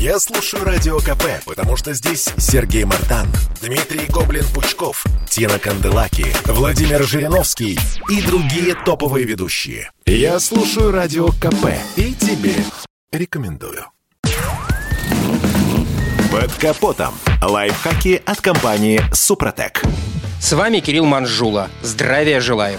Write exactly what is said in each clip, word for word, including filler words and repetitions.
Я слушаю Радио КП, потому что здесь Сергей Мартан, Дмитрий Гоблин-Пучков, Тина Канделаки, Владимир Жириновский и другие топовые ведущие. Я слушаю Радио КП и тебе рекомендую. Под капотом. Лайфхаки от компании «Супротек». С вами Кирилл Манжула. Здравия желаю.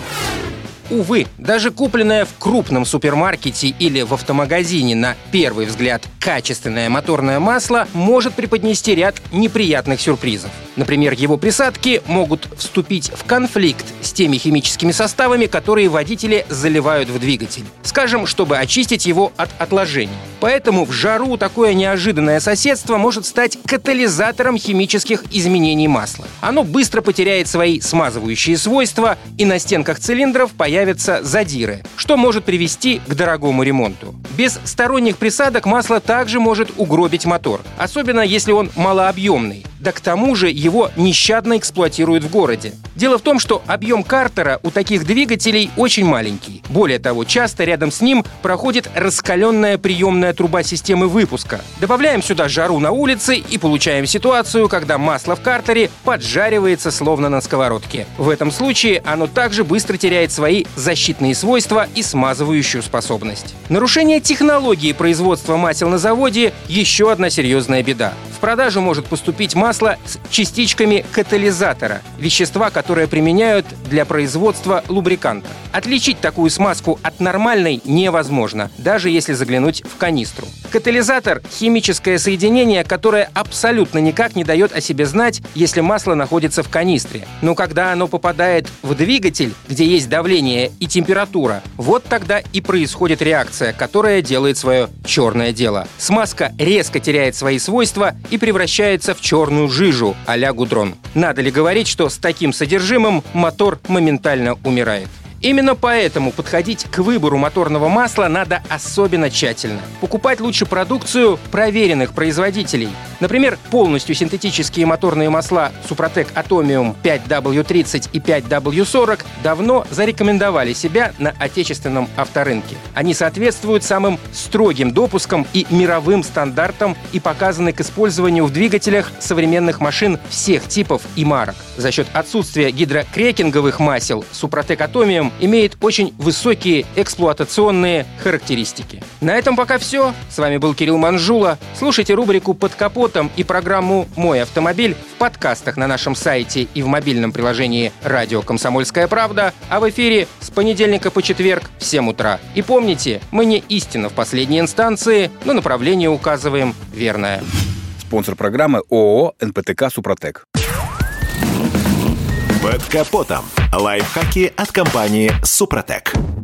Увы, даже купленное в крупном супермаркете или в автомагазине на первый взгляд качественное моторное масло может преподнести ряд неприятных сюрпризов. Например, его присадки могут вступить в конфликт с теми химическими составами, которые водители заливают в двигатель. Скажем, чтобы очистить его от отложений. Поэтому в жару такое неожиданное соседство может стать катализатором химических изменений масла. Оно быстро потеряет свои смазывающие свойства, и на стенках цилиндров появятся задиры, что может привести к дорогому ремонту. Без сторонних присадок масло также может угробить мотор, особенно если он малообъемный. Да к тому же его нещадно эксплуатируют в городе. Дело в том, что объем картера у таких двигателей очень маленький. Более того, часто рядом с ним проходит раскаленная приемная труба системы выпуска. Добавляем сюда жару на улице и получаем ситуацию, когда масло в картере поджаривается словно на сковородке. В этом случае оно также быстро теряет свои защитные свойства и смазывающую способность. Нарушение технологии производства масел на заводе – еще одна серьезная беда. В продажу может поступить масло с частичками катализатора – вещества, которые применяют для производства лубриканта. Отличить такую смазку от нормальной невозможно, даже если заглянуть в канистру. Катализатор – химическое соединение, которое абсолютно никак не дает о себе знать, если масло находится в канистре. Но когда оно попадает в двигатель, где есть давление и температура, вот тогда и происходит реакция, которая делает свое черное дело. Смазка резко теряет свои свойства и превращается в черную жижу а-ля гудрон. Надо ли говорить, что с таким содержимым мотор моментально умирает? Именно поэтому подходить к выбору моторного масла надо особенно тщательно. Покупать лучше продукцию проверенных производителей. Например, полностью синтетические моторные масла Супротек Atomium пять дабл ю тридцать и пять дабл ю сорок давно зарекомендовали себя на отечественном авторынке. Они соответствуют самым строгим допускам и мировым стандартам и показаны к использованию в двигателях современных машин всех типов и марок. За счет отсутствия гидрокрекинговых масел Супротек Atomium имеет очень высокие эксплуатационные характеристики. На этом пока все. С вами был Кирилл Манжула. Слушайте рубрику «Под капотом» и программу «Мой автомобиль» в подкастах на нашем сайте и в мобильном приложении «Радио Комсомольская правда», а в эфире с понедельника по четверг в семь утра. И помните, мы не истина в последней инстанции, но направление указываем верное. Спонсор программы ООО «эн пэ тэ ка Супротек». Под капотом. Лайфхаки от компании «Супротек».